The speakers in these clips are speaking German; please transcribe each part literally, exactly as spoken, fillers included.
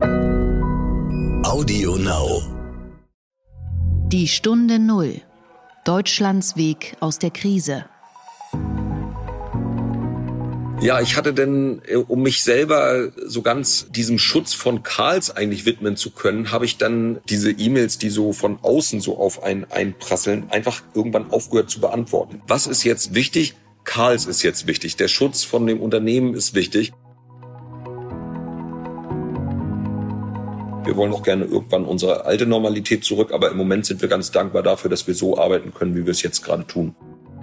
Audio Now. Die Stunde Null. Deutschlands Weg aus der Krise. Ja, ich hatte denn, um mich selber so ganz diesem Schutz von Karls eigentlich widmen zu können, habe ich dann diese E-Mails, die so von außen so auf einen einprasseln, einfach irgendwann aufgehört zu beantworten. Was ist jetzt wichtig? Karls ist jetzt wichtig. Der Schutz von dem Unternehmen ist wichtig. Wir wollen auch gerne irgendwann unsere alte Normalität zurück, aber im Moment sind wir ganz dankbar dafür, dass wir so arbeiten können, wie wir es jetzt gerade tun.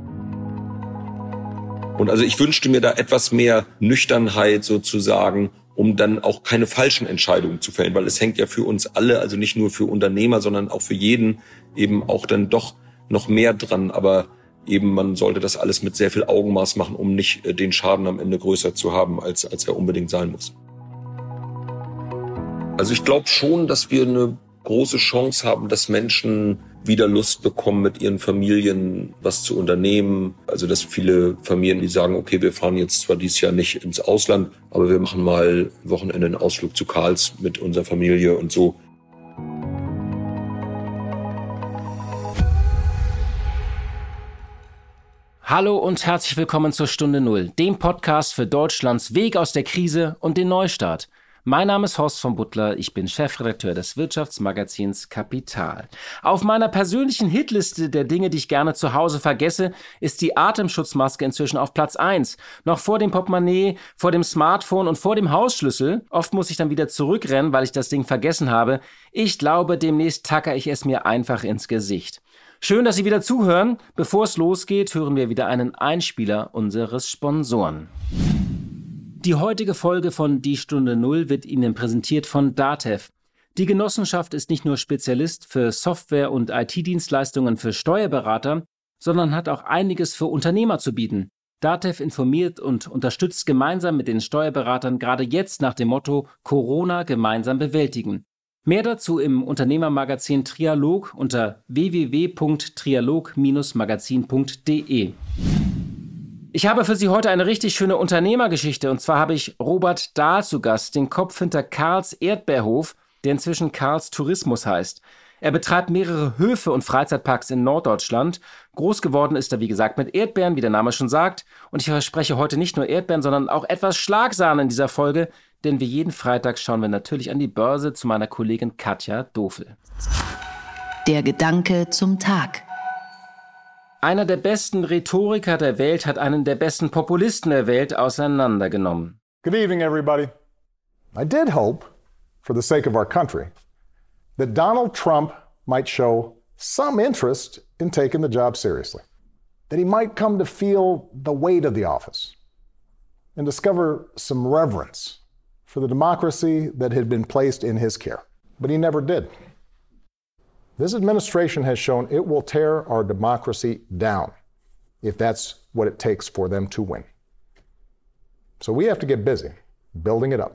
Und also ich wünschte mir da etwas mehr Nüchternheit sozusagen, um dann auch keine falschen Entscheidungen zu fällen, weil es hängt ja für uns alle, also nicht nur für Unternehmer, sondern auch für jeden eben auch dann doch noch mehr dran. Aber eben man sollte das alles mit sehr viel Augenmaß machen, um nicht den Schaden am Ende größer zu haben, als, als er unbedingt sein muss. Also ich glaube schon, dass wir eine große Chance haben, dass Menschen wieder Lust bekommen, mit ihren Familien was zu unternehmen. Also dass viele Familien, die sagen, okay, wir fahren jetzt zwar dieses Jahr nicht ins Ausland, aber wir machen mal ein Wochenende einen Ausflug zu Karls mit unserer Familie und so. Hallo und herzlich willkommen zur Stunde Null, dem Podcast für Deutschlands Weg aus der Krise und den Neustart. Mein Name ist Horst von Butler, ich bin Chefredakteur des Wirtschaftsmagazins Kapital. Auf meiner persönlichen Hitliste der Dinge, die ich gerne zu Hause vergesse, ist die Atemschutzmaske inzwischen auf Platz eins. Noch vor dem Portemonnaie, vor dem Smartphone und vor dem Hausschlüssel. Oft muss ich dann wieder zurückrennen, weil ich das Ding vergessen habe. Ich glaube, demnächst tacker ich es mir einfach ins Gesicht. Schön, dass Sie wieder zuhören. Bevor es losgeht, hören wir wieder einen Einspieler unseres Sponsoren. Die heutige Folge von Die Stunde Null wird Ihnen präsentiert von DATEV. Die Genossenschaft ist nicht nur Spezialist für Software- und I T-Dienstleistungen für Steuerberater, sondern hat auch einiges für Unternehmer zu bieten. DATEV informiert und unterstützt gemeinsam mit den Steuerberatern gerade jetzt nach dem Motto Corona gemeinsam bewältigen. Mehr dazu im Unternehmermagazin Trialog unter w w w punkt trialog Bindestrich magazin punkt d e. Ich habe für Sie heute eine richtig schöne Unternehmergeschichte, und zwar habe ich Robert Dahl zu Gast, den Kopf hinter Karls Erdbeerhof, der inzwischen Karls Tourismus heißt. Er betreibt mehrere Höfe und Freizeitparks in Norddeutschland. Groß geworden ist er, wie gesagt, mit Erdbeeren, wie der Name schon sagt. Und ich verspreche heute nicht nur Erdbeeren, sondern auch etwas Schlagsahne in dieser Folge, denn wie jeden Freitag schauen wir natürlich an die Börse zu meiner Kollegin Katja Dofel. Der Gedanke zum Tag. Einer der besten Rhetoriker der Welt hat einen der besten Populisten der Welt auseinandergenommen. Good evening, everybody. I did hope, for the sake of our country, that Donald Trump might show some interest in taking the job seriously. That he might come to feel the weight of the office and discover some reverence for the democracy that had been placed in his care. But he never did. This administration has shown it will tear our democracy down if that's what it takes for them to win. So we have to get busy building it up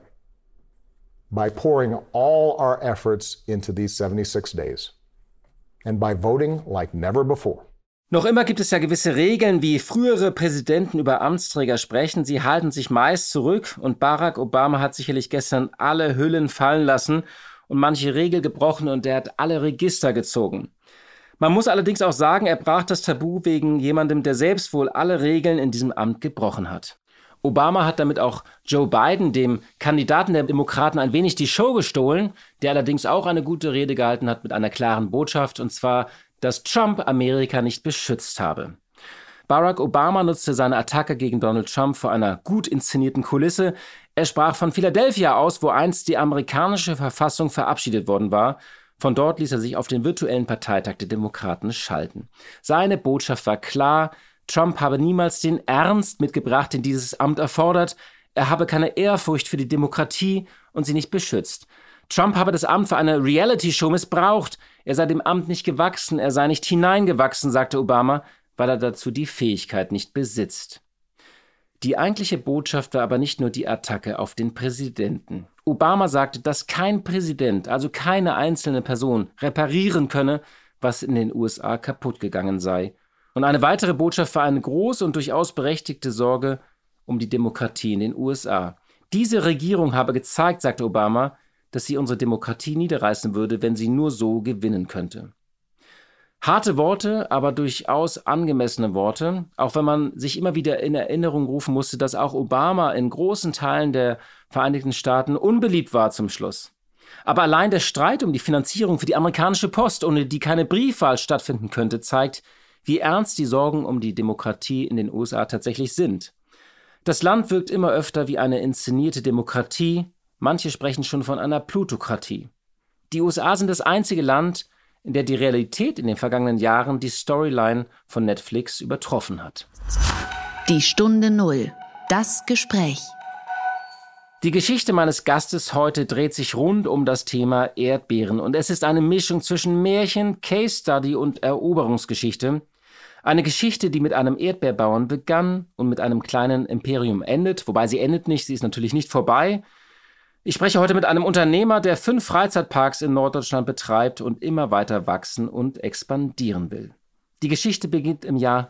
by pouring all our efforts into these seventy-six days and by voting like never before. Noch immer gibt es ja gewisse Regeln, wie frühere Präsidenten über Amtsträger sprechen. Sie halten sich meist zurück und Barack Obama hat sicherlich gestern alle Hüllen fallen lassen und manche Regel gebrochen und er hat alle Register gezogen. Man muss allerdings auch sagen, er brach das Tabu wegen jemandem, der selbst wohl alle Regeln in diesem Amt gebrochen hat. Obama hat damit auch Joe Biden, dem Kandidaten der Demokraten, ein wenig die Show gestohlen, der allerdings auch eine gute Rede gehalten hat mit einer klaren Botschaft, und zwar, dass Trump Amerika nicht beschützt habe. Barack Obama nutzte seine Attacke gegen Donald Trump vor einer gut inszenierten Kulisse. Er sprach von Philadelphia aus, wo einst die amerikanische Verfassung verabschiedet worden war. Von dort ließ er sich auf den virtuellen Parteitag der Demokraten schalten. Seine Botschaft war klar: Trump habe niemals den Ernst mitgebracht, den dieses Amt erfordert. Er habe keine Ehrfurcht für die Demokratie und sie nicht beschützt. Trump habe das Amt für eine Reality-Show missbraucht. Er sei dem Amt nicht gewachsen, er sei nicht hineingewachsen, sagte Obama, weil er dazu die Fähigkeit nicht besitzt. Die eigentliche Botschaft war aber nicht nur die Attacke auf den Präsidenten. Obama sagte, dass kein Präsident, also keine einzelne Person, reparieren könne, was in den U S A kaputt gegangen sei. Und eine weitere Botschaft war eine große und durchaus berechtigte Sorge um die Demokratie in den U S A. Diese Regierung habe gezeigt, sagte Obama, dass sie unsere Demokratie niederreißen würde, wenn sie nur so gewinnen könnte. Harte Worte, aber durchaus angemessene Worte, auch wenn man sich immer wieder in Erinnerung rufen musste, dass auch Obama in großen Teilen der Vereinigten Staaten unbeliebt war zum Schluss. Aber allein der Streit um die Finanzierung für die amerikanische Post, ohne die keine Briefwahl stattfinden könnte, zeigt, wie ernst die Sorgen um die Demokratie in den U S A tatsächlich sind. Das Land wirkt immer öfter wie eine inszenierte Demokratie, manche sprechen schon von einer Plutokratie. Die U S A sind das einzige Land, in der die Realität in den vergangenen Jahren die Storyline von Netflix übertroffen hat. Die Stunde Null. Das Gespräch. Die Geschichte meines Gastes heute dreht sich rund um das Thema Erdbeeren und es ist eine Mischung zwischen Märchen, Case Study und Eroberungsgeschichte. Eine Geschichte, die mit einem Erdbeerbauern begann und mit einem kleinen Imperium endet, wobei sie endet nicht, sie ist natürlich nicht vorbei. Ich spreche heute mit einem Unternehmer, der fünf Freizeitparks in Norddeutschland betreibt und immer weiter wachsen und expandieren will. Die Geschichte beginnt im Jahr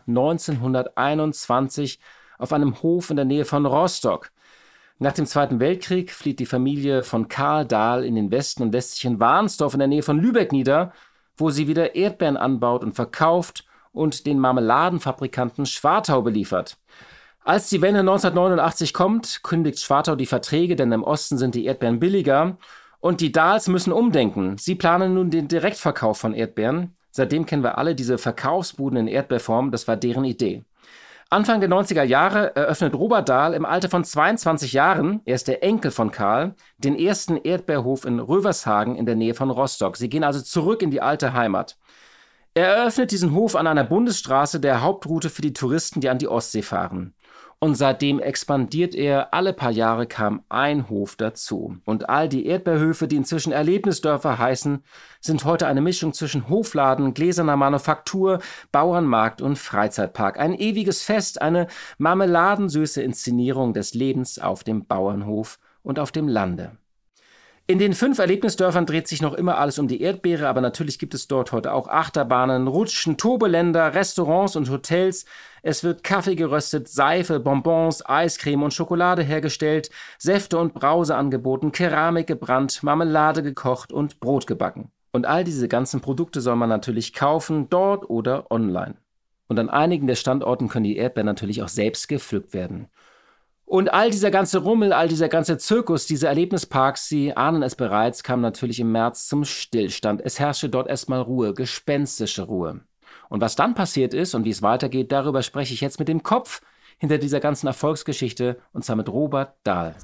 neunzehnhunderteinundzwanzig auf einem Hof in der Nähe von Rostock. Nach dem Zweiten Weltkrieg flieht die Familie von Karl Dahl in den Westen und lässt sich in Warnsdorf in der Nähe von Lübeck nieder, wo sie wieder Erdbeeren anbaut und verkauft und den Marmeladenfabrikanten Schwartau beliefert. Als die Wende neunzehnhundertneunundachtzig kommt, kündigt Schwartau die Verträge, denn im Osten sind die Erdbeeren billiger und die Dahls müssen umdenken. Sie planen nun den Direktverkauf von Erdbeeren. Seitdem kennen wir alle diese Verkaufsbuden in Erdbeerform, das war deren Idee. Anfang der neunziger Jahre eröffnet Robert Dahl im Alter von zweiundzwanzig Jahren, er ist der Enkel von Karl, den ersten Erdbeerhof in Rövershagen in der Nähe von Rostock. Sie gehen also zurück in die alte Heimat. Er eröffnet diesen Hof an einer Bundesstraße, der Hauptroute für die Touristen, die an die Ostsee fahren. Und seitdem expandiert er, alle paar Jahre kam ein Hof dazu. Und all die Erdbeerhöfe, die inzwischen Erlebnisdörfer heißen, sind heute eine Mischung zwischen Hofladen, gläserner Manufaktur, Bauernmarkt und Freizeitpark. Ein ewiges Fest, eine marmeladensüße Inszenierung des Lebens auf dem Bauernhof und auf dem Lande. In den fünf Erlebnisdörfern dreht sich noch immer alles um die Erdbeere, aber natürlich gibt es dort heute auch Achterbahnen, Rutschen, Turboländer, Restaurants und Hotels. Es wird Kaffee geröstet, Seife, Bonbons, Eiscreme und Schokolade hergestellt, Säfte und Brause angeboten, Keramik gebrannt, Marmelade gekocht und Brot gebacken. Und all diese ganzen Produkte soll man natürlich kaufen, dort oder online. Und an einigen der Standorten können die Erdbeeren natürlich auch selbst gepflückt werden. Und all dieser ganze Rummel, all dieser ganze Zirkus, diese Erlebnisparks, Sie ahnen es bereits, kam natürlich im März zum Stillstand. Es herrschte dort erstmal Ruhe, gespenstische Ruhe. Und was dann passiert ist und wie es weitergeht, darüber spreche ich jetzt mit dem Kopf hinter dieser ganzen Erfolgsgeschichte, und zwar mit Robert Dahl.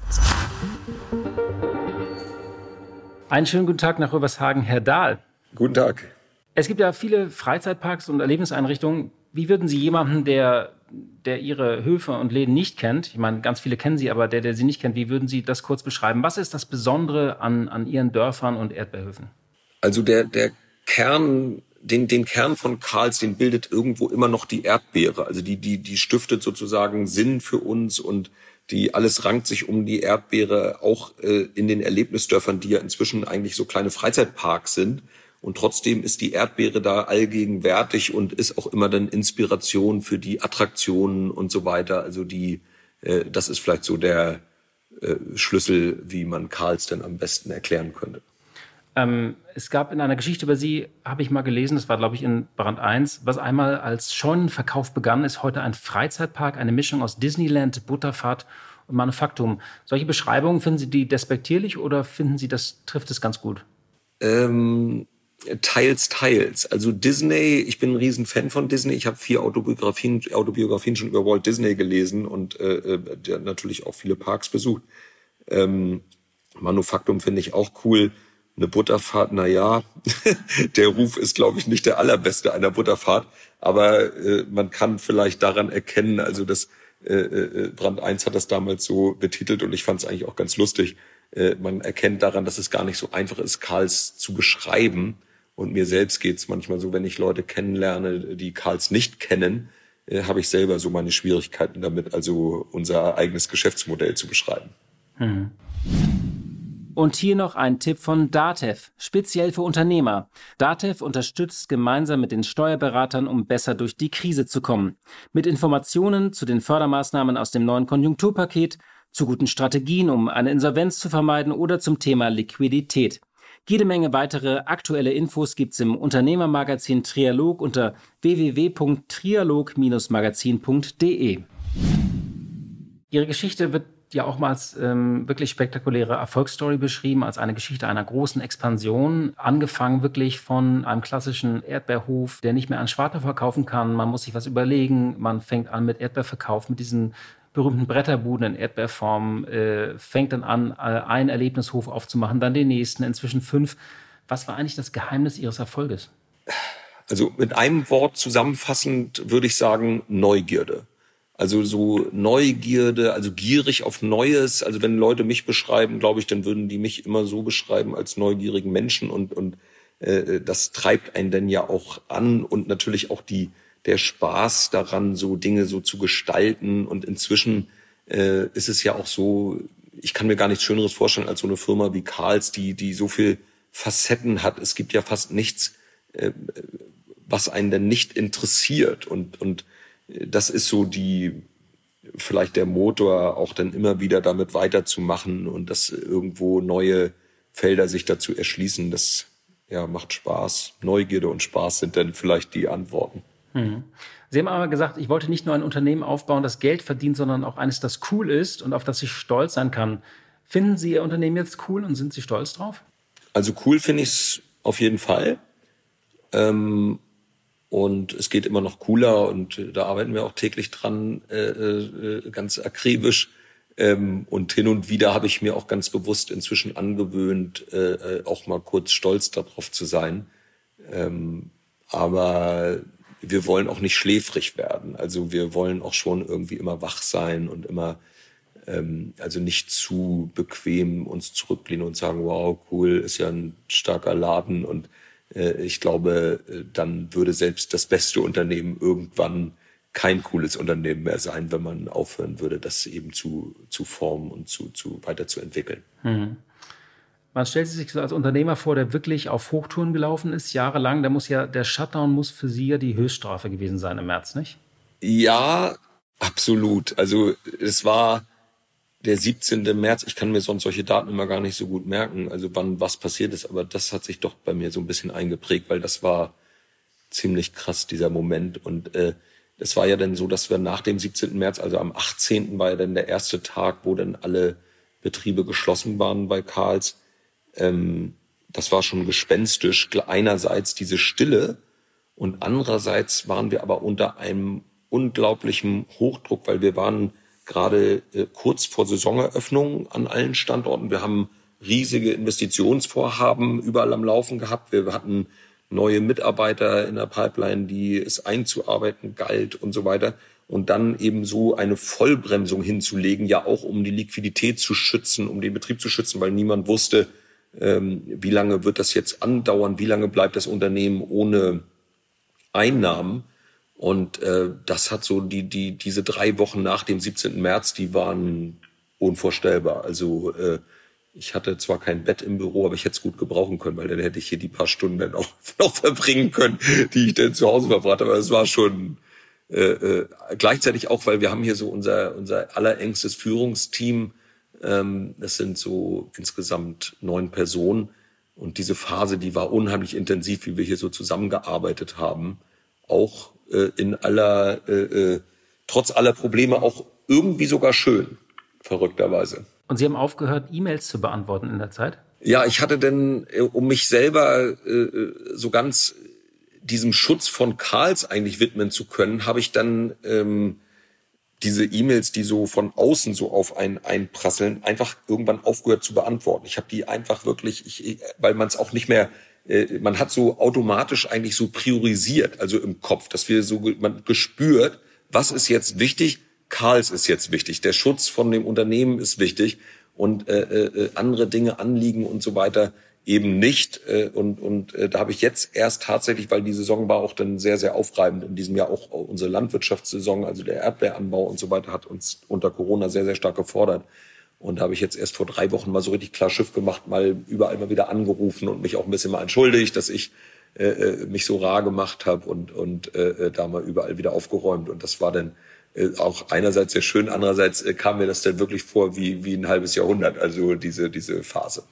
Einen schönen guten Tag nach Rövershagen, Herr Dahl. Guten Tag. Es gibt ja viele Freizeitparks und Erlebniseinrichtungen. Wie würden Sie jemanden, der, der Ihre Höfe und Läden nicht kennt, ich meine, ganz viele kennen Sie, aber der, der Sie nicht kennt, wie würden Sie das kurz beschreiben? Was ist das Besondere an, an Ihren Dörfern und Erdbeerhöfen? Also der, der Kern, den, den Kern von Karls, den bildet irgendwo immer noch die Erdbeere. Also die, die, die stiftet sozusagen Sinn für uns und die, alles rankt sich um die Erdbeere, auch äh, in den Erlebnisdörfern, die ja inzwischen eigentlich so kleine Freizeitparks sind. Und trotzdem ist die Erdbeere da allgegenwärtig und ist auch immer dann Inspiration für die Attraktionen und so weiter. Also die, äh, das ist vielleicht so der äh, Schlüssel, wie man Karls denn am besten erklären könnte. Ähm, es gab in einer Geschichte über Sie, habe ich mal gelesen, das war glaube ich in Brand eins, was einmal als Scheunenverkauf begann, ist heute ein Freizeitpark, eine Mischung aus Disneyland, Butterfahrt und Manufaktum. Solche Beschreibungen, finden Sie die despektierlich oder finden Sie, das trifft es ganz gut? Ähm... Teils, teils. Also Disney, ich bin ein Riesenfan von Disney. Ich habe vier Autobiografien, Autobiografien schon über Walt Disney gelesen und äh, der hat natürlich auch viele Parks besucht. Ähm, Manufaktum finde ich auch cool. Eine Butterfahrt, na ja, der Ruf ist, glaube ich, nicht der allerbeste einer Butterfahrt, aber äh, man kann vielleicht daran erkennen, also das äh, äh, Brand eins hat das damals so betitelt und ich fand es eigentlich auch ganz lustig. Äh, man erkennt daran, dass es gar nicht so einfach ist, Karls zu beschreiben. Und mir selbst geht's manchmal so, wenn ich Leute kennenlerne, die Karls nicht kennen, äh, habe ich selber so meine Schwierigkeiten damit, also unser eigenes Geschäftsmodell zu beschreiben. Mhm. Und hier noch ein Tipp von DATEV, speziell für Unternehmer. DATEV unterstützt gemeinsam mit den Steuerberatern, um besser durch die Krise zu kommen. Mit Informationen zu den Fördermaßnahmen aus dem neuen Konjunkturpaket, zu guten Strategien, um eine Insolvenz zu vermeiden oder zum Thema Liquidität. Jede Menge weitere aktuelle Infos gibt's im Unternehmermagazin Trialog unter w w w punkt trialog Bindestrich magazin punkt d e. Ihre Geschichte wird ja auch mal als ähm, wirklich spektakuläre Erfolgsstory beschrieben, als eine Geschichte einer großen Expansion, angefangen wirklich von einem klassischen Erdbeerhof, der nicht mehr an Schwartau verkaufen kann. Man muss sich was überlegen, man fängt an mit Erdbeerverkauf, mit diesen berühmten Bretterbuden in Erdbeerform, äh, fängt dann an, äh, einen Erlebnishof aufzumachen, dann den nächsten, inzwischen fünf. Was war eigentlich das Geheimnis Ihres Erfolges? Also mit einem Wort zusammenfassend würde ich sagen Neugierde. Also so Neugierde, also gierig auf Neues. Also wenn Leute mich beschreiben, glaube ich, dann würden die mich immer so beschreiben als neugierigen Menschen. Und, und äh, das treibt einen dann ja auch an. Und natürlich auch die der Spaß daran, so Dinge so zu gestalten. Und inzwischen äh, ist es ja auch so, ich kann mir gar nichts Schöneres vorstellen als so eine Firma wie Karls, die die so viel Facetten hat. Es gibt ja fast nichts, äh, was einen denn nicht interessiert. Und, und das ist so die, vielleicht der Motor, auch dann immer wieder damit weiterzumachen und dass irgendwo neue Felder sich dazu erschließen. Das ja, macht Spaß. Neugierde und Spaß sind dann vielleicht die Antworten. Mhm. Sie haben aber gesagt, ich wollte nicht nur ein Unternehmen aufbauen, das Geld verdient, sondern auch eines, das cool ist und auf das ich stolz sein kann. Finden Sie Ihr Unternehmen jetzt cool und sind Sie stolz drauf? Also cool finde ich es auf jeden Fall. Ähm, Und es geht immer noch cooler und da arbeiten wir auch täglich dran, äh, äh, ganz akribisch. Ähm, und hin und wieder habe ich mir auch ganz bewusst inzwischen angewöhnt, äh, auch mal kurz stolz darauf zu sein. Ähm, aber wir wollen auch nicht schläfrig werden. Also wir wollen auch schon irgendwie immer wach sein und immer, ähm, also nicht zu bequem uns zurücklehnen und sagen, wow, cool, ist ja ein starker Laden. Und ich glaube, dann würde selbst das beste Unternehmen irgendwann kein cooles Unternehmen mehr sein, wenn man aufhören würde, das eben zu, zu formen und zu, zu weiterzuentwickeln. Mhm. Man stellt sich so als Unternehmer vor, der wirklich auf Hochtouren gelaufen ist, jahrelang. Da muss ja, der Shutdown muss für Sie ja die Höchststrafe gewesen sein im März, nicht? Ja, absolut. Also es war der siebzehnten März, ich kann mir sonst solche Daten immer gar nicht so gut merken, also wann was passiert ist, aber das hat sich doch bei mir so ein bisschen eingeprägt, weil das war ziemlich krass, dieser Moment. Und äh, es war ja dann so, dass wir nach dem siebzehnten März, also am achtzehnten war ja dann der erste Tag, wo dann alle Betriebe geschlossen waren bei Karls. Ähm, das war schon gespenstisch. Einerseits diese Stille und andererseits waren wir aber unter einem unglaublichen Hochdruck, weil wir waren gerade äh, kurz vor Saisoneröffnung an allen Standorten. Wir haben riesige Investitionsvorhaben überall am Laufen gehabt. Wir hatten neue Mitarbeiter in der Pipeline, die es einzuarbeiten galt und so weiter. Und dann eben so eine Vollbremsung hinzulegen, ja auch um die Liquidität zu schützen, um den Betrieb zu schützen, weil niemand wusste, ähm, wie lange wird das jetzt andauern, wie lange bleibt das Unternehmen ohne Einnahmen. Und äh, das hat so die die diese drei Wochen nach dem siebzehnten März, die waren unvorstellbar. Also äh, ich hatte zwar kein Bett im Büro, aber ich hätte es gut gebrauchen können, weil dann hätte ich hier die paar Stunden dann auch noch verbringen können, die ich dann zu Hause verbracht habe. Aber es war schon äh, äh, gleichzeitig auch, weil wir haben hier so unser unser allerengstes Führungsteam. Ähm, das sind so insgesamt neun Personen. Und diese Phase, die war unheimlich intensiv, wie wir hier so zusammengearbeitet haben. Auch in aller, äh, trotz aller Probleme auch irgendwie sogar schön, verrückterweise. Und Sie haben aufgehört, E-Mails zu beantworten in der Zeit? Ja, ich hatte denn, um mich selber äh, so ganz diesem Schutz von Karls eigentlich widmen zu können, habe ich dann ähm, diese E-Mails, die so von außen so auf einen einprasseln, einfach irgendwann aufgehört zu beantworten. Ich habe die einfach wirklich, ich, weil man es auch nicht mehr man hat so automatisch eigentlich so priorisiert, also im Kopf, dass wir so man gespürt, was ist jetzt wichtig? Karls ist jetzt wichtig, der Schutz von dem Unternehmen ist wichtig und äh, äh, andere Dinge, Anliegen und so weiter eben nicht. Äh, und und äh, da habe ich jetzt erst tatsächlich, weil die Saison war auch dann sehr, sehr aufreibend in diesem Jahr, auch unsere Landwirtschaftssaison, also der Erdbeeranbau und so weiter, hat uns unter Corona sehr, sehr stark gefordert. Und da habe ich jetzt erst vor drei Wochen mal so richtig klar Schiff gemacht, mal überall mal wieder angerufen und mich auch ein bisschen mal entschuldigt, dass ich äh, mich so rar gemacht habe und und äh, da mal überall wieder aufgeräumt. Und das war dann äh, auch einerseits sehr schön, andererseits äh, kam mir das dann wirklich vor wie, wie ein halbes Jahrhundert, also diese, diese Phase.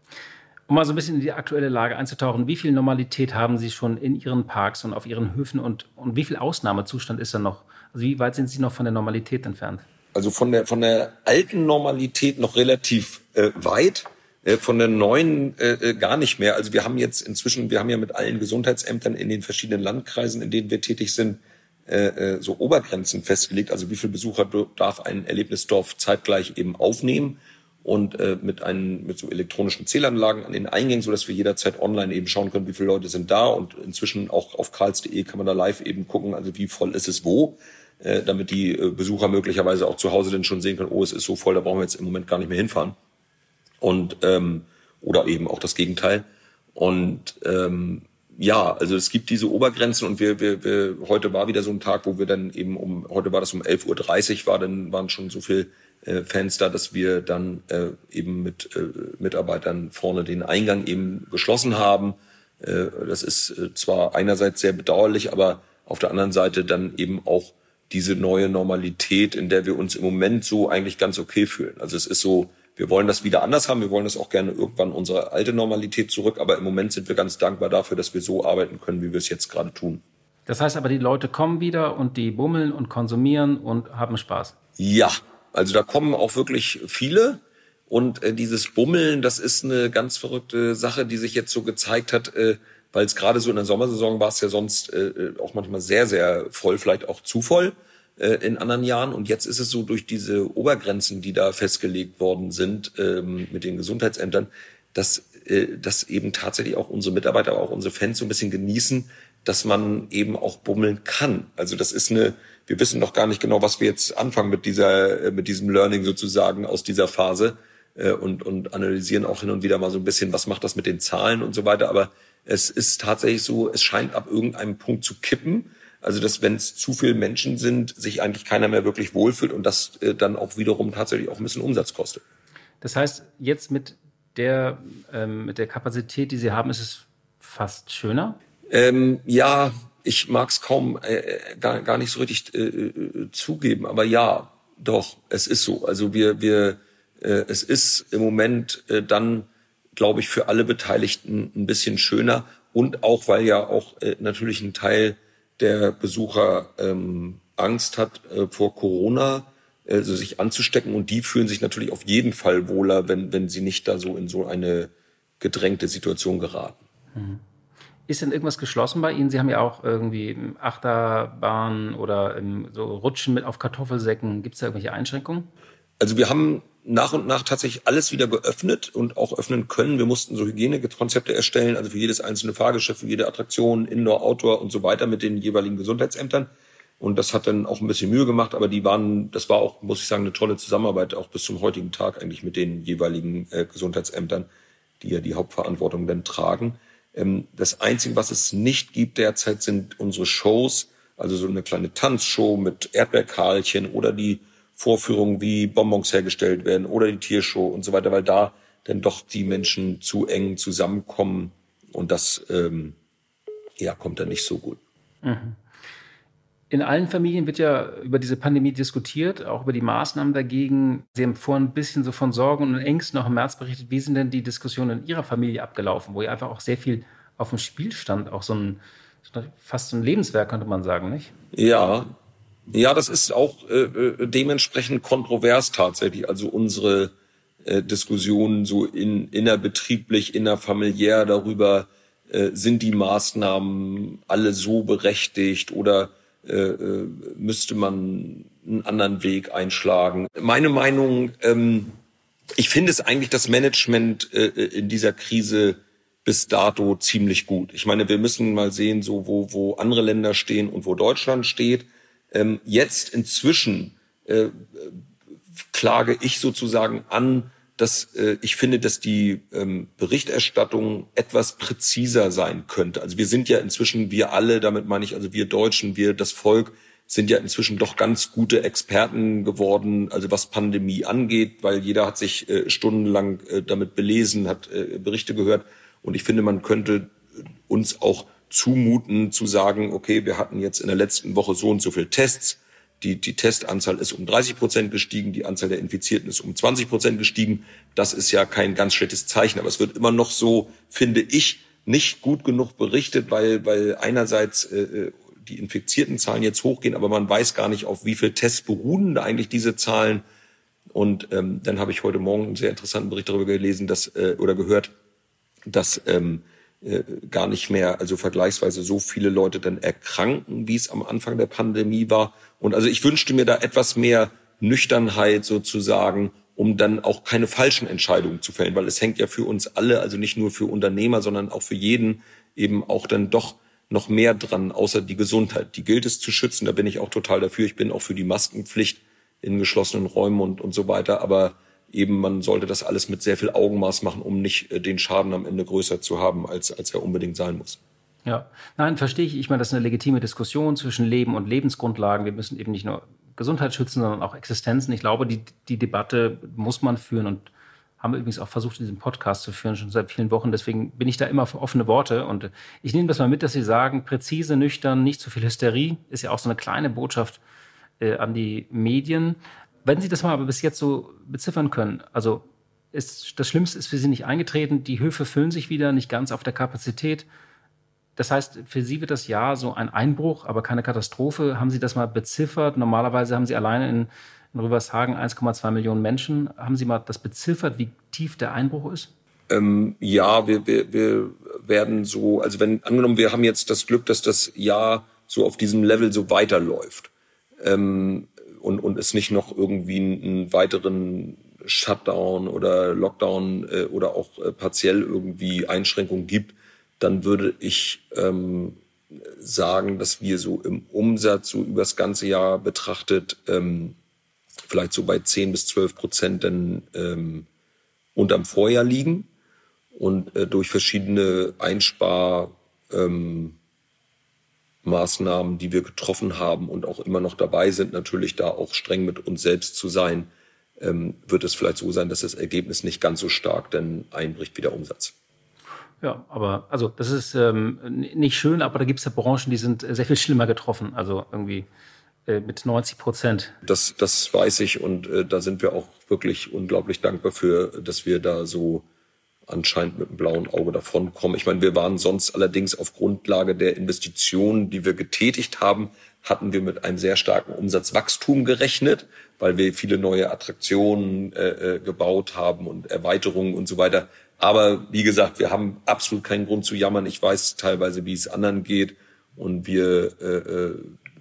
Um mal so ein bisschen in die aktuelle Lage einzutauchen, wie viel Normalität haben Sie schon in Ihren Parks und auf Ihren Höfen und, und wie viel Ausnahmezustand ist da noch? Also wie weit sind Sie noch von der Normalität entfernt? Also von der, von der alten Normalität noch relativ äh, weit, äh, von der neuen äh, gar nicht mehr. Also wir haben jetzt inzwischen, wir haben ja mit allen Gesundheitsämtern in den verschiedenen Landkreisen, in denen wir tätig sind, äh, so Obergrenzen festgelegt. Also wie viele Besucher darf ein Erlebnisdorf zeitgleich eben aufnehmen. Und äh, mit einen mit so elektronischen Zählanlagen an den Eingängen, so dass wir jederzeit online eben schauen können, wie viele Leute sind da. Und inzwischen auch auf karls punkt de kann man da live eben gucken, also wie voll ist es wo, äh, damit die äh, Besucher möglicherweise auch zu Hause dann schon sehen können, oh, es ist so voll, da brauchen wir jetzt im Moment gar nicht mehr hinfahren. Und ähm, oder eben auch das Gegenteil. Und ähm, ja, also es gibt diese Obergrenzen und wir, wir, wir heute war wieder so ein Tag, wo wir dann eben um heute war das um elf Uhr dreißig, war dann waren schon so viel Fans da, dass wir dann äh, eben mit äh, Mitarbeitern vorne den Eingang eben geschlossen haben. Äh, das ist äh, zwar einerseits sehr bedauerlich, aber auf der anderen Seite dann eben auch diese neue Normalität, in der wir uns im Moment so eigentlich ganz okay fühlen. Also es ist so, wir wollen das wieder anders haben, wir wollen das auch gerne irgendwann unsere alte Normalität zurück, aber im Moment sind wir ganz dankbar dafür, dass wir so arbeiten können, wie wir es jetzt gerade tun. Das heißt aber, die Leute kommen wieder und die bummeln und konsumieren und haben Spaß. Ja. Also da kommen auch wirklich viele und äh, dieses Bummeln, das ist eine ganz verrückte Sache, die sich jetzt so gezeigt hat, äh, weil es gerade so in der Sommersaison war es ja sonst äh, auch manchmal sehr, sehr voll, vielleicht auch zu voll äh, in anderen Jahren. Und jetzt ist es so durch diese Obergrenzen, die da festgelegt worden sind ähm, mit den Gesundheitsämtern, dass, äh, dass eben tatsächlich auch unsere Mitarbeiter, aber auch unsere Fans so ein bisschen genießen, dass man eben auch bummeln kann. Also das ist eine, wir wissen noch gar nicht genau, was wir jetzt anfangen mit dieser, mit diesem Learning sozusagen aus dieser Phase äh, und, und analysieren auch hin und wieder mal so ein bisschen, was macht das mit den Zahlen und so weiter. Aber es ist tatsächlich so, es scheint ab irgendeinem Punkt zu kippen. Also dass, wenn es zu viele Menschen sind, sich eigentlich keiner mehr wirklich wohlfühlt und das äh, dann auch wiederum tatsächlich auch ein bisschen Umsatz kostet. Das heißt, jetzt mit der, ähm, mit der Kapazität, die Sie haben, ist es fast schöner? Ähm, ja, ich mag es kaum äh, gar, gar nicht so richtig äh, zugeben, aber ja, doch, es ist so. Also wir, wir, äh, es ist im Moment äh, dann, glaube ich, für alle Beteiligten ein bisschen schöner und auch, weil ja auch äh, natürlich ein Teil der Besucher ähm, Angst hat äh, vor Corona, also sich anzustecken und die fühlen sich natürlich auf jeden Fall wohler, wenn wenn sie nicht da so in so eine gedrängte Situation geraten. Mhm. Ist denn irgendwas geschlossen bei Ihnen? Sie haben ja auch irgendwie Achterbahn oder so Rutschen mit auf Kartoffelsäcken. Gibt es da irgendwelche Einschränkungen? Also wir haben nach und nach tatsächlich alles wieder geöffnet und auch öffnen können. Wir mussten so Hygienekonzepte erstellen, also für jedes einzelne Fahrgeschäft, für jede Attraktion, Indoor, Outdoor und so weiter mit den jeweiligen Gesundheitsämtern. Und das hat dann auch ein bisschen Mühe gemacht, aber die waren, das war auch, muss ich sagen, eine tolle Zusammenarbeit, auch bis zum heutigen Tag eigentlich mit den jeweiligen äh, Gesundheitsämtern, die ja die Hauptverantwortung dann tragen. Das Einzige, was es nicht gibt derzeit, sind unsere Shows, also so eine kleine Tanzshow mit Erdbeerkarlchen oder die Vorführungen, wie Bonbons hergestellt werden oder die Tiershow und so weiter, weil da dann doch die Menschen zu eng zusammenkommen und das ähm, ja, kommt dann nicht so gut. Mhm. In allen Familien wird ja über diese Pandemie diskutiert, auch über die Maßnahmen dagegen. Sie haben vorhin ein bisschen so von Sorgen und Ängsten noch im März berichtet. Wie sind denn die Diskussionen in Ihrer Familie abgelaufen, wo ja einfach auch sehr viel auf dem Spiel stand, auch so ein fast so ein Lebenswerk, könnte man sagen, nicht? Ja, ja, das ist auch äh, dementsprechend kontrovers tatsächlich. Also unsere äh, Diskussionen so in, innerbetrieblich, innerfamiliär darüber, äh, sind die Maßnahmen alle so berechtigt oder Äh, müsste man einen anderen Weg einschlagen. Meine Meinung, ähm, ich finde es eigentlich das Management äh, in dieser Krise bis dato ziemlich gut. Ich meine, wir müssen mal sehen, so wo, wo andere Länder stehen und wo Deutschland steht. Ähm, jetzt inzwischen äh, klage ich sozusagen an, dass äh, ich finde, dass die ähm, Berichterstattung etwas präziser sein könnte. Also wir sind ja inzwischen, wir alle, damit meine ich also wir Deutschen, wir das Volk, sind ja inzwischen doch ganz gute Experten geworden, also was Pandemie angeht, weil jeder hat sich äh, stundenlang äh, damit belesen, hat äh, Berichte gehört. Und ich finde, man könnte uns auch zumuten zu sagen, okay, wir hatten jetzt in der letzten Woche so und so viele Tests, die, die Testanzahl ist um dreißig Prozent gestiegen, die Anzahl der Infizierten ist um zwanzig Prozent gestiegen. Das ist ja kein ganz schlechtes Zeichen, aber es wird immer noch so, finde ich, nicht gut genug berichtet, weil, weil einerseits äh, die infizierten Zahlen jetzt hochgehen, aber man weiß gar nicht, auf wie viel Tests beruhen da eigentlich diese Zahlen. Und ähm, dann habe ich heute Morgen einen sehr interessanten Bericht darüber gelesen, dass äh, oder gehört, dass ähm, äh, gar nicht mehr, also vergleichsweise so viele Leute dann erkranken, wie es am Anfang der Pandemie war. Und also ich wünschte mir da etwas mehr Nüchternheit sozusagen, um dann auch keine falschen Entscheidungen zu fällen, weil es hängt ja für uns alle, also nicht nur für Unternehmer, sondern auch für jeden eben auch dann doch noch mehr dran, außer die Gesundheit. Die gilt es zu schützen, da bin ich auch total dafür. Ich bin auch für die Maskenpflicht in geschlossenen Räumen und, und so weiter. Aber eben, man sollte das alles mit sehr viel Augenmaß machen, um nicht äh, den Schaden am Ende größer zu haben, als, als er unbedingt sein muss. Ja, nein, verstehe ich. Ich meine, das ist eine legitime Diskussion zwischen Leben und Lebensgrundlagen. Wir müssen eben nicht nur Gesundheit schützen, sondern auch Existenzen. Ich glaube, die, die Debatte muss man führen und haben wir übrigens auch versucht, diesen Podcast zu führen, schon seit vielen Wochen. Deswegen bin ich da immer für offene Worte. Und ich nehme das mal mit, dass Sie sagen, präzise, nüchtern, nicht zu viel Hysterie. Ist ja auch so eine kleine Botschaft äh, an die Medien. Wenn Sie das mal aber bis jetzt so beziffern können, also ist, das Schlimmste ist für Sie nicht eingetreten, die Höfe füllen sich wieder, nicht ganz auf der Kapazität. Das heißt, für Sie wird das Jahr so ein Einbruch, aber keine Katastrophe. Haben Sie das mal beziffert? Normalerweise haben Sie alleine in, in Rüvershagen eins Komma zwei Millionen Menschen. Haben Sie mal das beziffert, wie tief der Einbruch ist? Ähm, ja, wir, wir, wir werden so, also wenn, angenommen, wir haben jetzt das Glück, dass das Jahr so auf diesem Level so weiterläuft ähm, und, und es nicht noch irgendwie einen, einen weiteren Shutdown oder Lockdown äh, oder auch äh, partiell irgendwie Einschränkungen gibt, dann würde ich ähm, sagen, dass wir so im Umsatz so übers ganze Jahr betrachtet ähm, vielleicht so bei zehn bis zwölf Prozent dann ähm, unterm Vorjahr liegen und äh, durch verschiedene Einsparmaßnahmen, ähm, die wir getroffen haben und auch immer noch dabei sind, natürlich da auch streng mit uns selbst zu sein, ähm, wird es vielleicht so sein, dass das Ergebnis nicht ganz so stark dann einbricht wie der Umsatz. Ja, aber also das ist ähm, nicht schön, aber da gibt es ja Branchen, die sind sehr viel schlimmer getroffen, also irgendwie äh, mit neunzig Prozent. Das, das weiß ich und äh, da sind wir auch wirklich unglaublich dankbar für, dass wir da so anscheinend mit einem blauen Auge davonkommen. Ich meine, wir waren sonst allerdings auf Grundlage der Investitionen, die wir getätigt haben, hatten wir mit einem sehr starken Umsatzwachstum gerechnet, weil wir viele neue Attraktionen äh, gebaut haben und Erweiterungen und so weiter. Aber wie gesagt, wir haben absolut keinen Grund zu jammern. Ich weiß teilweise, wie es anderen geht. Und wir äh,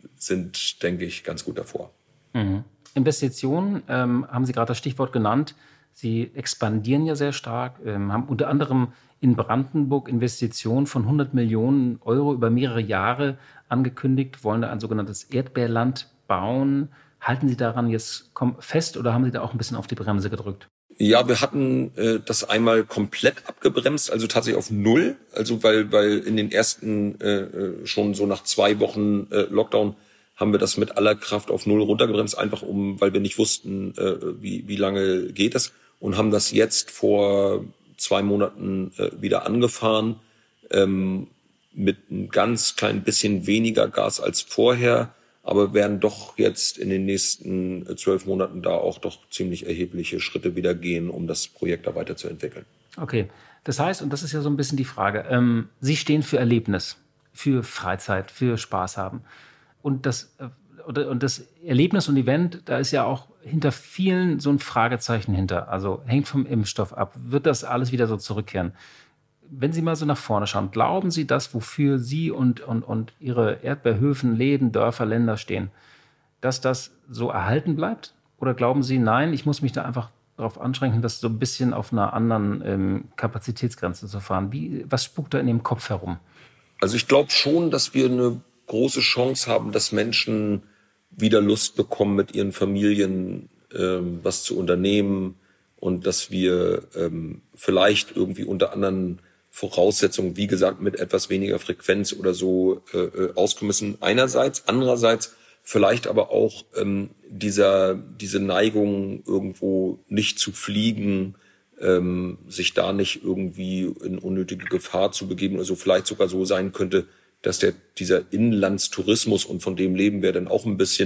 sind, denke ich, ganz gut davor. Mhm. Investitionen, ähm, haben Sie gerade das Stichwort genannt. Sie expandieren ja sehr stark, ähm, haben unter anderem in Brandenburg Investitionen von hundert Millionen Euro über mehrere Jahre angekündigt, wollen da ein sogenanntes Erdbeerland bauen. Halten Sie daran jetzt fest oder haben Sie da auch ein bisschen auf die Bremse gedrückt? Ja, wir hatten äh, das einmal komplett abgebremst, also tatsächlich auf null, also weil weil in den ersten äh, schon so nach zwei Wochen äh, Lockdown haben wir das mit aller Kraft auf null runtergebremst, einfach um, weil wir nicht wussten, äh, wie wie lange geht das und haben das jetzt vor zwei Monaten äh, wieder angefahren ähm, mit ein ganz klein bisschen weniger Gas als vorher. Aber werden doch jetzt in den nächsten zwölf Monaten da auch doch ziemlich erhebliche Schritte wieder gehen, um das Projekt da weiterzuentwickeln. Okay, das heißt, und das ist ja so ein bisschen die Frage, ähm, Sie stehen für Erlebnis, für Freizeit, für Spaß haben. Und das, äh, und das Erlebnis und Event, da ist ja auch hinter vielen so ein Fragezeichen hinter. Also hängt vom Impfstoff ab. Wird das alles wieder so zurückkehren? Wenn Sie mal so nach vorne schauen, glauben Sie, dass wofür Sie und, und, und Ihre Erdbeerhöfen, Läden, Dörfer, Länder stehen, dass das so erhalten bleibt? Oder glauben Sie, nein, ich muss mich da einfach darauf anschränken, das so ein bisschen auf einer anderen ähm, Kapazitätsgrenze zu fahren? Wie, was spukt da in Ihrem Kopf herum? Also ich glaube schon, dass wir eine große Chance haben, dass Menschen wieder Lust bekommen, mit ihren Familien ähm, was zu unternehmen und dass wir ähm, vielleicht irgendwie unter anderem Voraussetzungen, wie gesagt, mit etwas weniger Frequenz oder so äh, auskommen müssen. Einerseits, andererseits vielleicht aber auch ähm, dieser diese Neigung, irgendwo nicht zu fliegen, ähm, sich da nicht irgendwie in unnötige Gefahr zu begeben oder so, vielleicht sogar so sein könnte, dass der dieser Inlandstourismus, und von dem leben wir dann auch ein bisschen,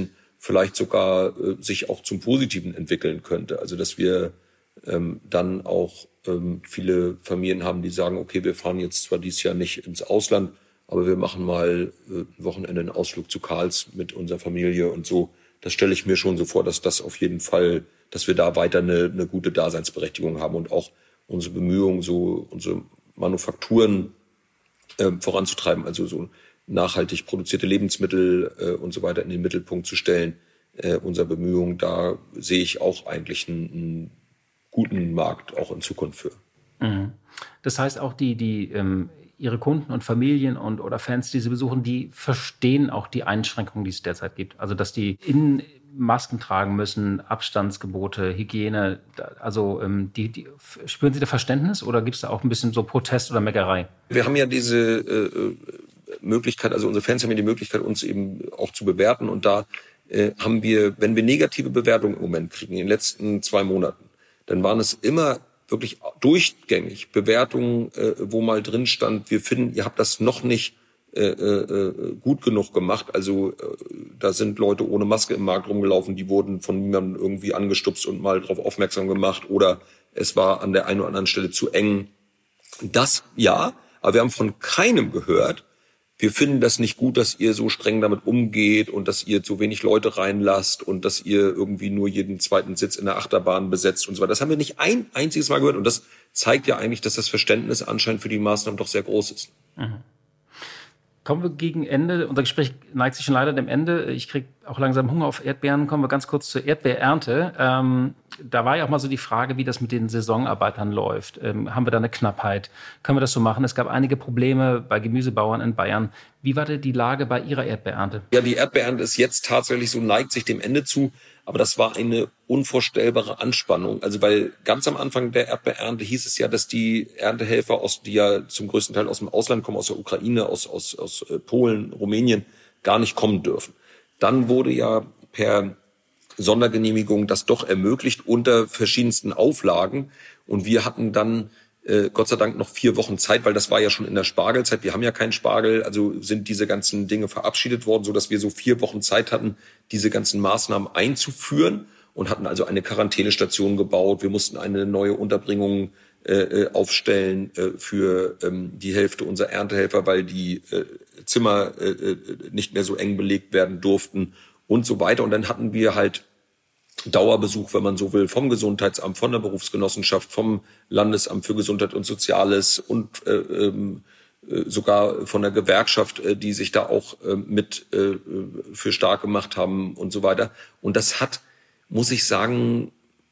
vielleicht sogar äh, sich auch zum Positiven entwickeln könnte. Also dass wir ähm, dann auch ähm, viele Familien haben, die sagen, okay, wir fahren jetzt zwar dieses Jahr nicht ins Ausland, aber wir machen mal äh, ein Wochenende einen Ausflug zu Karls mit unserer Familie und so. Das stelle ich mir schon so vor, dass das auf jeden Fall, dass wir da weiter eine, eine gute Daseinsberechtigung haben und auch unsere Bemühungen, so unsere Manufakturen äh, voranzutreiben, also so nachhaltig produzierte Lebensmittel äh, und so weiter in den Mittelpunkt zu stellen, äh, unserer Bemühungen. Da sehe ich auch eigentlich einen, einen guten Markt auch in Zukunft für. Mhm. Das heißt auch die, die ähm, Ihre Kunden und Familien und oder Fans, die Sie besuchen, die verstehen auch die Einschränkungen, die es derzeit gibt. Also dass die in Masken tragen müssen, Abstandsgebote, Hygiene. Also ähm, die, die, spüren Sie da Verständnis oder gibt es da auch ein bisschen so Protest oder Meckerei? Wir haben ja diese äh, Möglichkeit, also unsere Fans haben ja die Möglichkeit, uns eben auch zu bewerten. Und da äh, haben wir, wenn wir negative Bewertungen im Moment kriegen, in den letzten zwei Monaten, dann waren es immer wirklich durchgängig Bewertungen, äh, wo mal drin stand, wir finden, ihr habt das noch nicht äh, äh, gut genug gemacht. Also äh, da sind Leute ohne Maske im Markt rumgelaufen, die wurden von niemandem irgendwie angestupst und mal darauf aufmerksam gemacht. Oder es war an der einen oder anderen Stelle zu eng. Das ja, aber wir haben von keinem gehört, wir finden das nicht gut, dass ihr so streng damit umgeht und dass ihr zu wenig Leute reinlasst und dass ihr irgendwie nur jeden zweiten Sitz in der Achterbahn besetzt und so weiter. Das haben wir nicht ein einziges Mal gehört und das zeigt ja eigentlich, dass das Verständnis anscheinend für die Maßnahmen doch sehr groß ist. Mhm. Kommen wir gegen Ende, unser Gespräch neigt sich schon leider dem Ende. Ich kriege auch langsam Hunger auf Erdbeeren. Kommen wir ganz kurz zur Erdbeerernte. Ähm, da war ja auch mal so die Frage, wie das mit den Saisonarbeitern läuft. Ähm, haben wir da eine Knappheit? Können wir das so machen? Es gab einige Probleme bei Gemüsebauern in Bayern. Wie war denn die Lage bei Ihrer Erdbeerernte? Ja, die Erdbeerernte ist jetzt tatsächlich so, neigt sich dem Ende zu. Aber das war eine unvorstellbare Anspannung. Also weil ganz am Anfang der Erdbeerernte hieß es ja, dass die Erntehelfer, aus, die ja zum größten Teil aus dem Ausland kommen, aus der Ukraine, aus, aus, aus Polen, Rumänien, gar nicht kommen dürfen. Dann wurde ja per Sondergenehmigung das doch ermöglicht unter verschiedensten Auflagen. Und wir hatten dann äh, Gott sei Dank noch vier Wochen Zeit, weil das war ja schon in der Spargelzeit. Wir haben ja keinen Spargel, also sind diese ganzen Dinge verabschiedet worden, sodass wir so vier Wochen Zeit hatten, diese ganzen Maßnahmen einzuführen und hatten also eine Quarantänestation gebaut. Wir mussten eine neue Unterbringung äh, aufstellen äh, für ähm, die Hälfte unserer Erntehelfer, weil die äh, Zimmer äh, nicht mehr so eng belegt werden durften und so weiter. Und dann hatten wir halt Dauerbesuch, wenn man so will, vom Gesundheitsamt, von der Berufsgenossenschaft, vom Landesamt für Gesundheit und Soziales und äh, äh, sogar von der Gewerkschaft, äh, die sich da auch äh, mit äh, für stark gemacht haben und so weiter. Und das hat, muss ich sagen,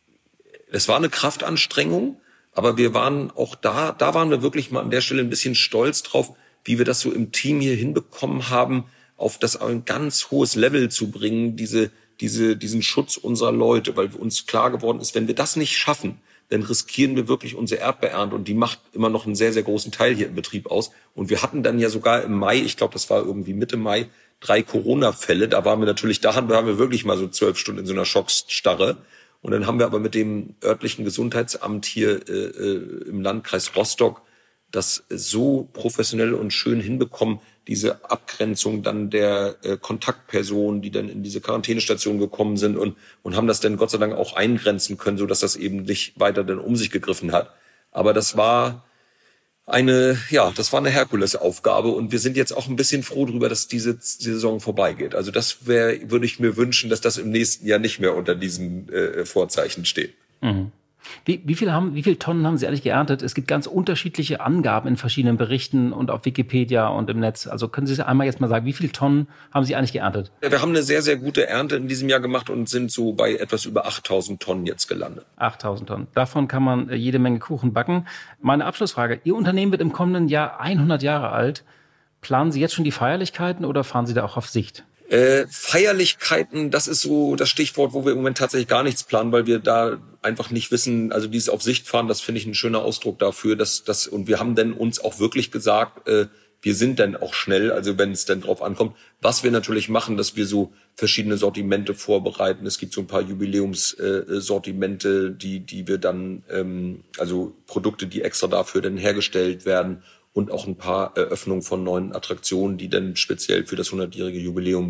es war eine Kraftanstrengung, aber wir waren auch da, da waren wir wirklich mal an der Stelle ein bisschen stolz drauf, wie wir das so im Team hier hinbekommen haben, auf das ein ganz hohes Level zu bringen, diese diese, diesen Schutz unserer Leute, weil uns klar geworden ist, wenn wir das nicht schaffen, dann riskieren wir wirklich unsere Erdbeerernte und die macht immer noch einen sehr, sehr großen Teil hier im Betrieb aus. Und wir hatten dann ja sogar im Mai, ich glaube, das war irgendwie Mitte Mai, drei Corona-Fälle. Da waren wir natürlich, da haben wir wirklich mal so zwölf Stunden in so einer Schockstarre. Und dann haben wir aber mit dem örtlichen Gesundheitsamt hier äh, im Landkreis Rostock das so professionell und schön hinbekommen, diese Abgrenzung dann der äh, Kontaktpersonen, die dann in diese Quarantänestation gekommen sind und und haben das dann Gott sei Dank auch eingrenzen können, so dass das eben nicht weiter dann um sich gegriffen hat. Aber das war eine, ja, das war eine Herkulesaufgabe und wir sind jetzt auch ein bisschen froh darüber, dass diese Saison vorbeigeht. Also das wäre, würde ich mir wünschen, dass das im nächsten Jahr nicht mehr unter diesen äh, Vorzeichen steht. Mhm. Wie, wie, viel haben, wie viele Tonnen haben Sie eigentlich geerntet? Es gibt ganz unterschiedliche Angaben in verschiedenen Berichten und auf Wikipedia und im Netz. Also können Sie einmal jetzt mal sagen, wie viele Tonnen haben Sie eigentlich geerntet? Wir haben eine sehr, sehr gute Ernte in diesem Jahr gemacht und sind so bei etwas über achttausend Tonnen jetzt gelandet. achttausend Tonnen. Davon kann man jede Menge Kuchen backen. Meine Abschlussfrage. Ihr Unternehmen wird im kommenden Jahr hundert Jahre alt. Planen Sie jetzt schon die Feierlichkeiten oder fahren Sie da auch auf Sicht? Äh, Feierlichkeiten, das ist so das Stichwort, wo wir im Moment tatsächlich gar nichts planen, weil wir da einfach nicht wissen, also dieses auf Sicht fahren, das finde ich ein schöner Ausdruck dafür, dass das und wir haben denn uns auch wirklich gesagt, äh, wir sind dann auch schnell, also wenn es dann drauf ankommt, was wir natürlich machen, dass wir so verschiedene Sortimente vorbereiten. Es gibt so ein paar Jubiläumssortimente, äh, die die wir dann, ähm, also Produkte, die extra dafür dann hergestellt werden. Und auch ein paar Eröffnungen von neuen Attraktionen, die dann speziell für das hundertjährige Jubiläum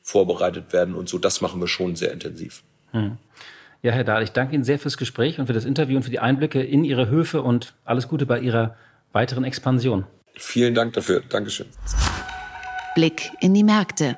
vorbereitet werden und so. Das machen wir schon sehr intensiv. Hm. Ja, Herr Dahl, ich danke Ihnen sehr fürs Gespräch und für das Interview und für die Einblicke in Ihre Höfe und alles Gute bei Ihrer weiteren Expansion. Vielen Dank dafür. Dankeschön. Blick in die Märkte.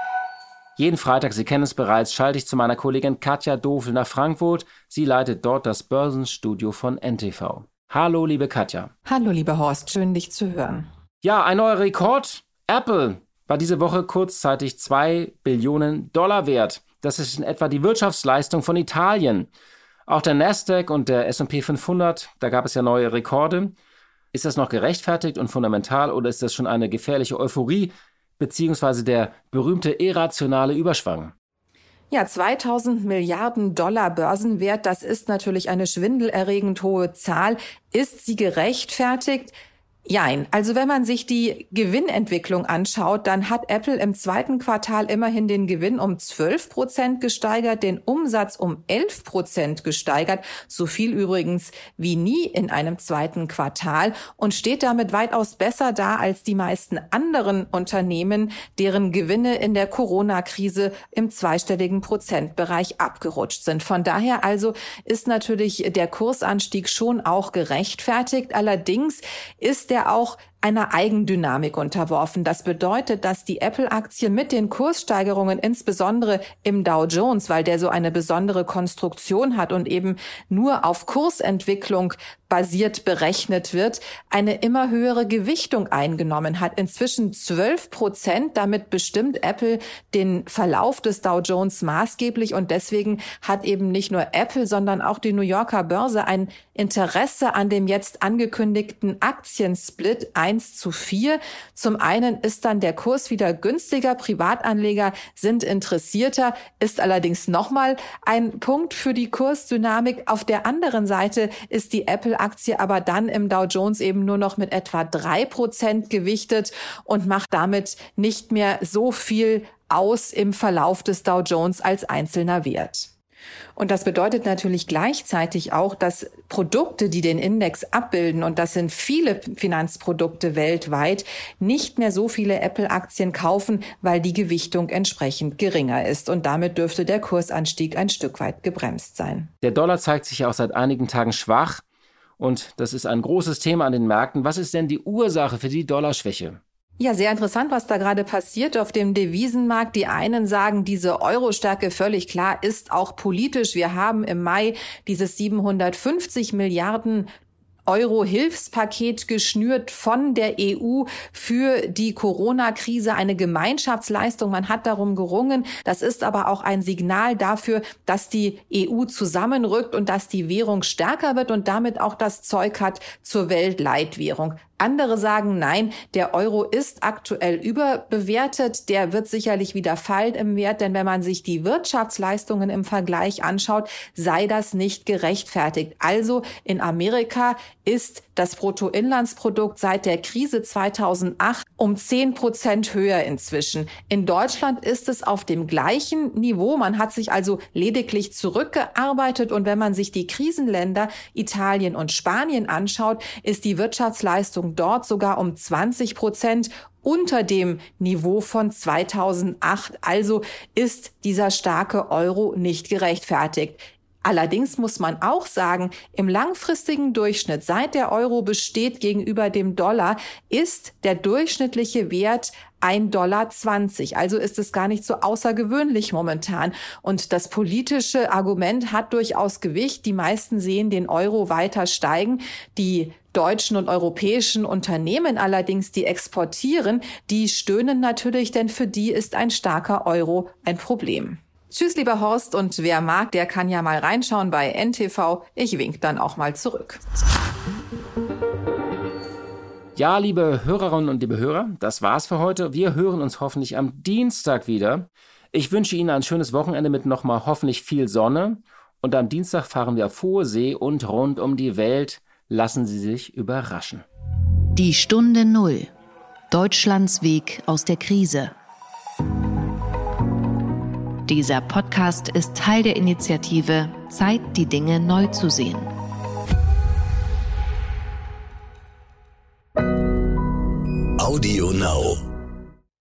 Jeden Freitag, Sie kennen es bereits, schalte ich zu meiner Kollegin Katja Dofel nach Frankfurt. Sie leitet dort das Börsenstudio von N T V. Hallo, liebe Katja. Hallo, lieber Horst, schön, dich zu hören. Ja, ein neuer Rekord. Apple war diese Woche kurzzeitig zwei Billionen Dollar wert. Das ist in etwa die Wirtschaftsleistung von Italien. Auch der Nasdaq und der S und P fünfhundert, da gab es ja neue Rekorde. Ist das noch gerechtfertigt und fundamental oder ist das schon eine gefährliche Euphorie beziehungsweise der berühmte irrationale Überschwang? Ja, zweitausend Milliarden Dollar Börsenwert, das ist natürlich eine schwindelerregend hohe Zahl. Ist sie gerechtfertigt? Jein. Also wenn man sich die Gewinnentwicklung anschaut, dann hat Apple im zweiten Quartal immerhin den Gewinn um zwölf Prozent gesteigert, den Umsatz um elf Prozent gesteigert, so viel übrigens wie nie in einem zweiten Quartal und steht damit weitaus besser da als die meisten anderen Unternehmen, deren Gewinne in der Corona-Krise im zweistelligen Prozentbereich abgerutscht sind. Von daher also ist natürlich der Kursanstieg schon auch gerechtfertigt. Allerdings ist der auch einer Eigendynamik unterworfen. Das bedeutet, dass die Apple-Aktie mit den Kurssteigerungen, insbesondere im Dow Jones, weil der so eine besondere Konstruktion hat und eben nur auf Kursentwicklung basiert berechnet wird, eine immer höhere Gewichtung eingenommen hat. Inzwischen zwölf Prozent. Damit bestimmt Apple den Verlauf des Dow Jones maßgeblich und deswegen hat eben nicht nur Apple, sondern auch die New Yorker Börse ein Interesse an dem jetzt angekündigten Aktiensplit eins zu vier. Zum einen ist dann der Kurs wieder günstiger, Privatanleger sind interessierter, ist allerdings nochmal ein Punkt für die Kursdynamik. Auf der anderen Seite ist die Apple-Aktie aber dann im Dow Jones eben nur noch mit etwa drei Prozent gewichtet und macht damit nicht mehr so viel aus im Verlauf des Dow Jones als einzelner Wert. Und das bedeutet natürlich gleichzeitig auch, dass Produkte, die den Index abbilden, und das sind viele Finanzprodukte weltweit, nicht mehr so viele Apple-Aktien kaufen, weil die Gewichtung entsprechend geringer ist. Und damit dürfte der Kursanstieg ein Stück weit gebremst sein. Der Dollar zeigt sich ja auch seit einigen Tagen schwach. Und das ist ein großes Thema an den Märkten. Was ist denn die Ursache für die Dollarschwäche? Ja, sehr interessant, was da gerade passiert auf dem Devisenmarkt. Die einen sagen, diese Euro-Stärke, völlig klar, ist auch politisch. Wir haben im Mai dieses siebenhundertfünfzig Milliarden Euro-Hilfspaket geschnürt von der E U für die Corona-Krise, eine Gemeinschaftsleistung. Man hat darum gerungen. Das ist aber auch ein Signal dafür, dass die E U zusammenrückt und dass die Währung stärker wird und damit auch das Zeug hat zur Weltleitwährung. Andere sagen, nein, der Euro ist aktuell überbewertet. Der wird sicherlich wieder fallen im Wert, denn wenn man sich die Wirtschaftsleistungen im Vergleich anschaut, sei das nicht gerechtfertigt. Also in Amerika ist das Bruttoinlandsprodukt seit der Krise zweitausendacht um zehn Prozent höher inzwischen. In Deutschland ist es auf dem gleichen Niveau. Man hat sich also lediglich zurückgearbeitet. Und wenn man sich die Krisenländer Italien und Spanien anschaut, ist die Wirtschaftsleistung dort sogar um zwanzig Prozent unter dem Niveau von zweitausendacht. Also ist dieser starke Euro nicht gerechtfertigt. Allerdings muss man auch sagen, im langfristigen Durchschnitt, seit der Euro besteht gegenüber dem Dollar, ist der durchschnittliche Wert ein Dollar zwanzig. Also ist es gar nicht so außergewöhnlich momentan. Und das politische Argument hat durchaus Gewicht. Die meisten sehen den Euro weiter steigen. Die deutschen und europäischen Unternehmen allerdings, die exportieren, die stöhnen natürlich, denn für die ist ein starker Euro ein Problem. Tschüss, lieber Horst, und wer mag, der kann ja mal reinschauen bei N T V. Ich wink dann auch mal zurück. Ja, liebe Hörerinnen und liebe Hörer, das war's für heute. Wir hören uns hoffentlich am Dienstag wieder. Ich wünsche Ihnen ein schönes Wochenende mit nochmal hoffentlich viel Sonne. Und am Dienstag fahren wir auf hohe See und rund um die Welt. Lassen Sie sich überraschen. Die Stunde Null. Deutschlands Weg aus der Krise. Dieser Podcast ist Teil der Initiative Zeit, die Dinge neu zu sehen.